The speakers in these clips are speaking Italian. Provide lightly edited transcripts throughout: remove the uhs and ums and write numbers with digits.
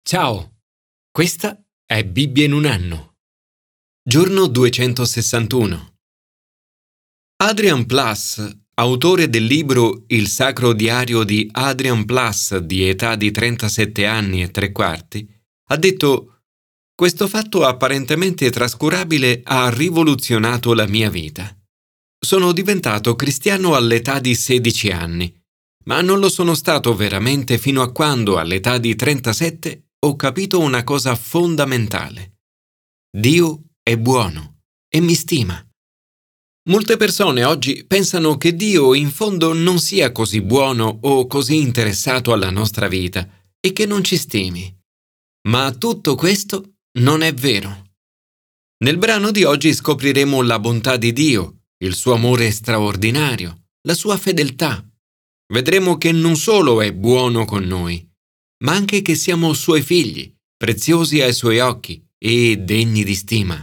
Ciao, questa è Bibbia in un anno. Giorno 261. Adrian Plass, autore del libro Il Sacro Diario di Adrian Plass, di età di 37 anni e 3/4, ha detto: «Questo fatto apparentemente trascurabile ha rivoluzionato la mia vita. Sono diventato cristiano all'età di 16 anni, ma non lo sono stato veramente fino a quando, all'età di 37, ho capito una cosa fondamentale. Dio è buono e mi stima. Molte persone oggi pensano che Dio in fondo non sia così buono o così interessato alla nostra vita e che non ci stimi. Ma tutto questo non è vero. Nel brano di oggi scopriremo la bontà di Dio, il suo amore straordinario, la sua fedeltà. Vedremo che non solo è buono con noi, ma anche che siamo suoi figli, preziosi ai suoi occhi e degni di stima.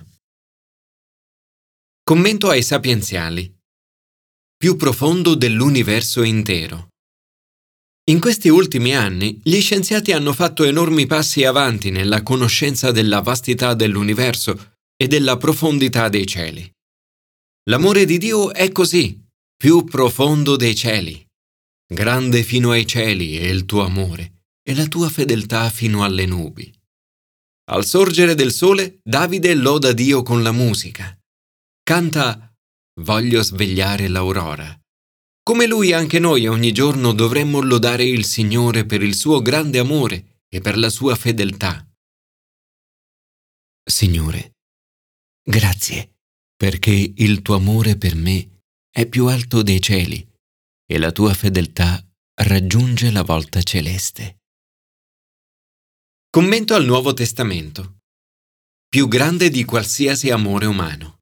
Commento ai sapienziali. Più profondo dell'universo intero. In questi ultimi anni, gli scienziati hanno fatto enormi passi avanti nella conoscenza della vastità dell'universo e della profondità dei cieli. L'amore di Dio è così, più profondo dei cieli. Grande fino ai cieli è il tuo amore e la tua fedeltà fino alle nubi. Al sorgere del sole, Davide loda Dio con la musica. Canta: «Voglio svegliare l'aurora». Come lui, anche noi ogni giorno dovremmo lodare il Signore per il suo grande amore e per la sua fedeltà. Signore, grazie, perché il tuo amore per me è più alto dei cieli e la tua fedeltà raggiunge la volta celeste. Commento al Nuovo Testamento. Più grande di qualsiasi amore umano.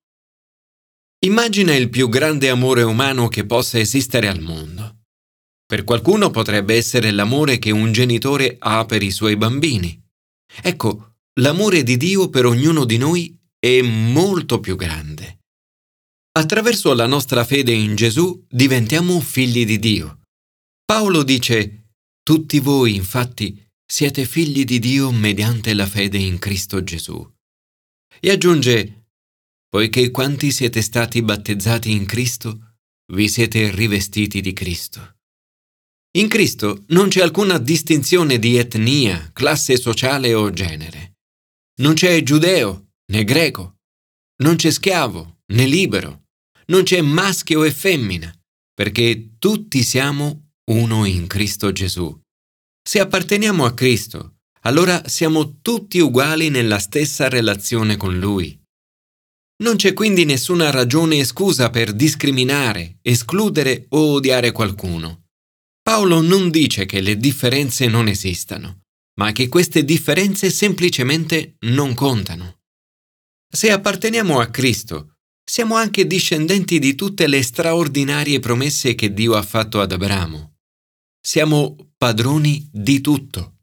Immagina il più grande amore umano che possa esistere al mondo. Per qualcuno potrebbe essere l'amore che un genitore ha per i suoi bambini. Ecco, l'amore di Dio per ognuno di noi è molto più grande. Attraverso la nostra fede in Gesù diventiamo figli di Dio. Paolo dice: «Tutti voi, infatti, siete figli di Dio mediante la fede in Cristo Gesù». E aggiunge: «Poiché quanti siete stati battezzati in Cristo, vi siete rivestiti di Cristo». In Cristo non c'è alcuna distinzione di etnia, classe sociale o genere. Non c'è giudeo né greco, non c'è schiavo né libero, non c'è maschio e femmina, perché tutti siamo uno in Cristo Gesù. Se apparteniamo a Cristo, allora siamo tutti uguali nella stessa relazione con Lui. Non c'è quindi nessuna ragione e scusa per discriminare, escludere o odiare qualcuno. Paolo non dice che le differenze non esistano, ma che queste differenze semplicemente non contano. Se apparteniamo a Cristo, siamo anche discendenti di tutte le straordinarie promesse che Dio ha fatto ad Abramo. Siamo padroni di tutto.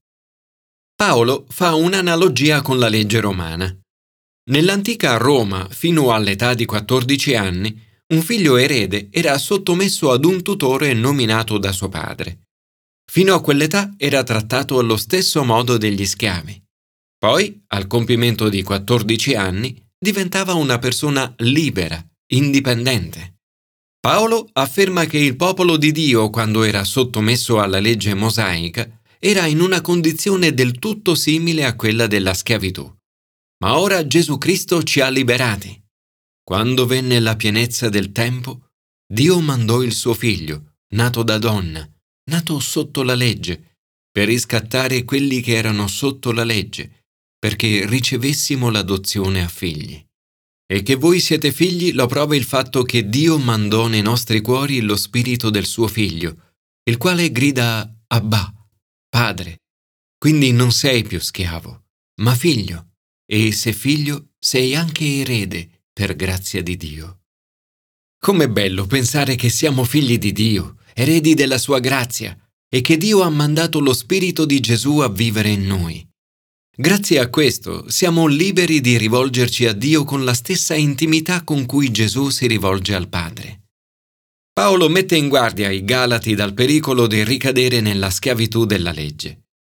Paolo fa un'analogia con la legge romana. Nell'antica Roma, fino all'età di 14 anni, un figlio erede era sottomesso ad un tutore nominato da suo padre. Fino a quell'età era trattato allo stesso modo degli schiavi. Poi, al compimento di 14 anni, diventava una persona libera, indipendente. Paolo afferma che il popolo di Dio, quando era sottomesso alla legge mosaica, era in una condizione del tutto simile a quella della schiavitù. Ma ora Gesù Cristo ci ha liberati. Quando venne la pienezza del tempo, Dio mandò il suo figlio, nato da donna, nato sotto la legge, per riscattare quelli che erano sotto la legge, perché ricevessimo l'adozione a figli. E che voi siete figli lo prova il fatto che Dio mandò nei nostri cuori lo spirito del suo figlio, il quale grida Abbà, Padre. Quindi non sei più schiavo, ma figlio, e se figlio sei anche erede per grazia di Dio. Com'è bello pensare che siamo figli di Dio, eredi della sua grazia, e che Dio ha mandato lo Spirito di Gesù a vivere in noi. Grazie a questo siamo liberi di rivolgerci a Dio con la stessa intimità con cui Gesù si rivolge al Padre. Paolo mette in guardia i Galati dal pericolo di ricadere nella schiavitù della legge.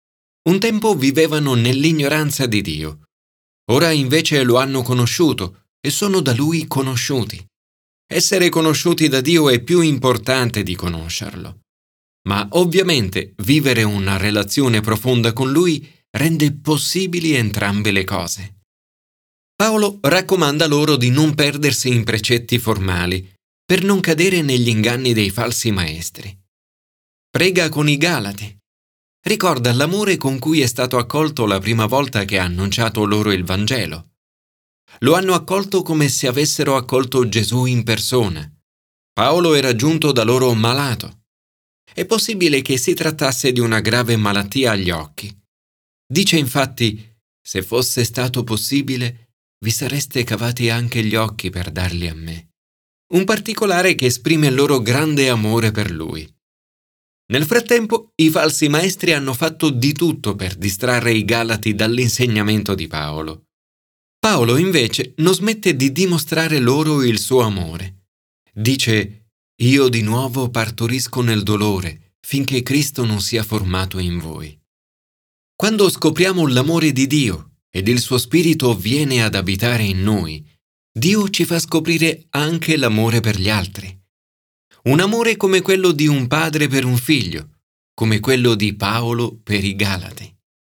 Un tempo vivevano nell'ignoranza di Dio. Ora invece lo hanno conosciuto e sono da Lui conosciuti. Essere conosciuti da Dio è più importante di conoscerlo. Ma ovviamente vivere una relazione profonda con Lui rende possibili entrambe le cose. Paolo raccomanda loro di non perdersi in precetti formali, per non cadere negli inganni dei falsi maestri. Prega con i Galati. Ricorda l'amore con cui è stato accolto la prima volta che ha annunciato loro il Vangelo. Lo hanno accolto come se avessero accolto Gesù in persona. Paolo era giunto da loro malato. È possibile che si trattasse di una grave malattia agli occhi. Dice infatti: se fosse stato possibile, vi sareste cavati anche gli occhi per darli a me. Un particolare che esprime il loro grande amore per lui. Nel frattempo, i falsi maestri hanno fatto di tutto per distrarre i Galati dall'insegnamento di Paolo. Paolo, invece, non smette di dimostrare loro il suo amore. Dice: io di nuovo partorisco nel dolore, finché Cristo non sia formato in voi. Quando scopriamo l'amore di Dio ed il suo Spirito viene ad abitare in noi, Dio ci fa scoprire anche l'amore per gli altri. Un amore come quello di un padre per un figlio, come quello di Paolo per i Galati.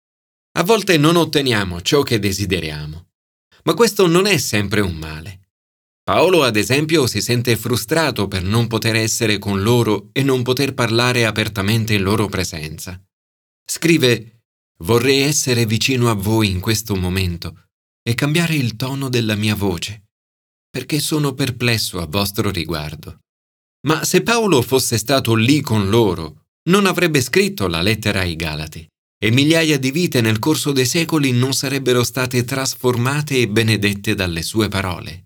A volte non otteniamo ciò che desideriamo, ma questo non è sempre un male. Paolo, ad esempio, si sente frustrato per non poter essere con loro e non poter parlare apertamente in loro presenza. Scrive: vorrei essere vicino a voi in questo momento e cambiare il tono della mia voce, perché sono perplesso a vostro riguardo. Ma se Paolo fosse stato lì con loro, non avrebbe scritto la lettera ai Galati e migliaia di vite nel corso dei secoli non sarebbero state trasformate e benedette dalle sue parole.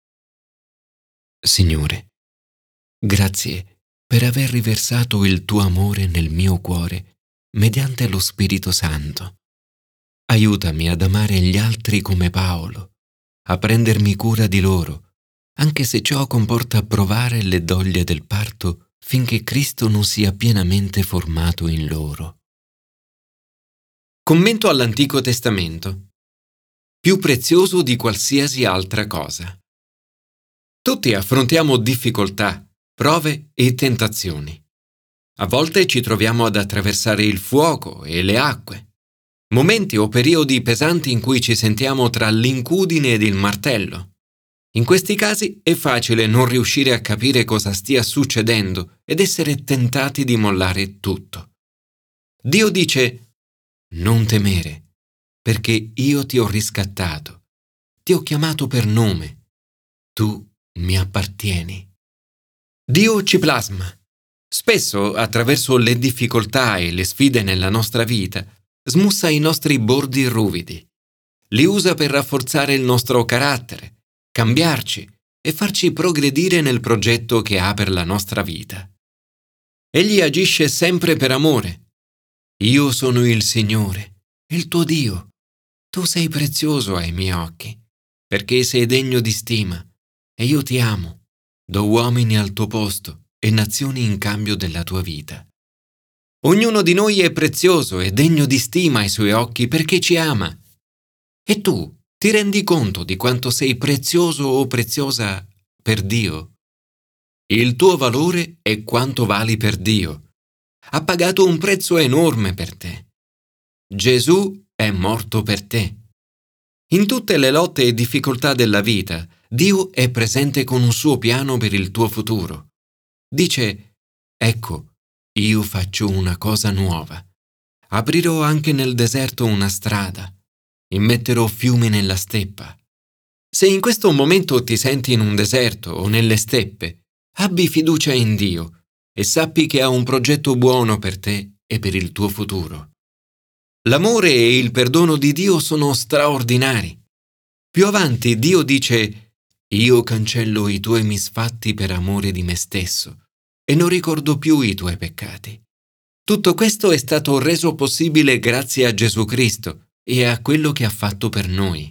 Signore, grazie per aver riversato il tuo amore nel mio cuore mediante lo Spirito Santo. Aiutami ad amare gli altri come Paolo, a prendermi cura di loro, anche se ciò comporta provare le doglie del parto finché Cristo non sia pienamente formato in loro. Commento all'Antico Testamento. Più prezioso di qualsiasi altra cosa. Tutti affrontiamo difficoltà, prove e tentazioni. A volte ci troviamo ad attraversare il fuoco e le acque, momenti o periodi pesanti in cui ci sentiamo tra l'incudine ed il martello. In questi casi è facile non riuscire a capire cosa stia succedendo ed essere tentati di mollare tutto. Dio dice: non temere, perché io ti ho riscattato, ti ho chiamato per nome, tu mi appartieni. Dio ci plasma. Spesso, attraverso le difficoltà e le sfide nella nostra vita, smussa i nostri bordi ruvidi. Li usa per rafforzare il nostro carattere, cambiarci e farci progredire nel progetto che ha per la nostra vita. Egli agisce sempre per amore. Io sono il Signore, il tuo Dio. Tu sei prezioso ai miei occhi, perché sei degno di stima, e io ti amo. Do uomini al tuo posto e nazioni in cambio della tua vita. Ognuno di noi è prezioso e degno di stima ai suoi occhi perché ci ama. E tu ti rendi conto di quanto sei prezioso o preziosa per Dio? Il tuo valore è quanto vali per Dio. Ha pagato un prezzo enorme per te. Gesù è morto per te. In tutte le lotte e difficoltà della vita, Dio è presente con un suo piano per il tuo futuro. Dice: ecco, io faccio una cosa nuova. Aprirò anche nel deserto una strada. Immetterò fiumi nella steppa. Se in questo momento ti senti in un deserto o nelle steppe, abbi fiducia in Dio e sappi che ha un progetto buono per te e per il tuo futuro. L'amore e il perdono di Dio sono straordinari. Più avanti Dio dice: io cancello i tuoi misfatti per amore di me stesso e non ricordo più i tuoi peccati. Tutto questo è stato reso possibile grazie a Gesù Cristo e a quello che ha fatto per noi.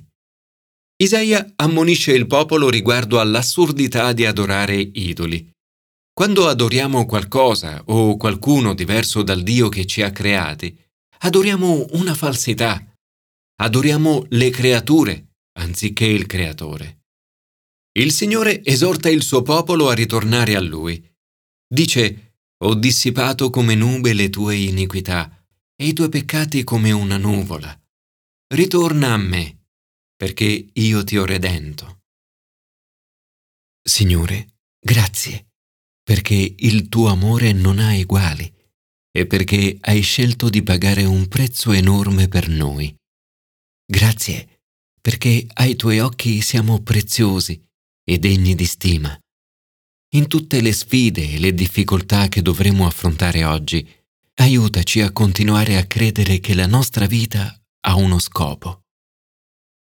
Isaia ammonisce il popolo riguardo all'assurdità di adorare idoli. Quando adoriamo qualcosa o qualcuno diverso dal Dio che ci ha creati, adoriamo una falsità. Adoriamo le creature anziché il Creatore. Il Signore esorta il suo popolo a ritornare a Lui. Dice: «Ho dissipato come nube le tue iniquità e i tuoi peccati come una nuvola. Ritorna a me, perché io ti ho redento». Signore, grazie, perché il tuo amore non ha eguali e perché hai scelto di pagare un prezzo enorme per noi. Grazie, perché ai tuoi occhi siamo preziosi e degni di stima. In tutte le sfide e le difficoltà che dovremo affrontare oggi, aiutaci a continuare a credere che la nostra vita ha uno scopo.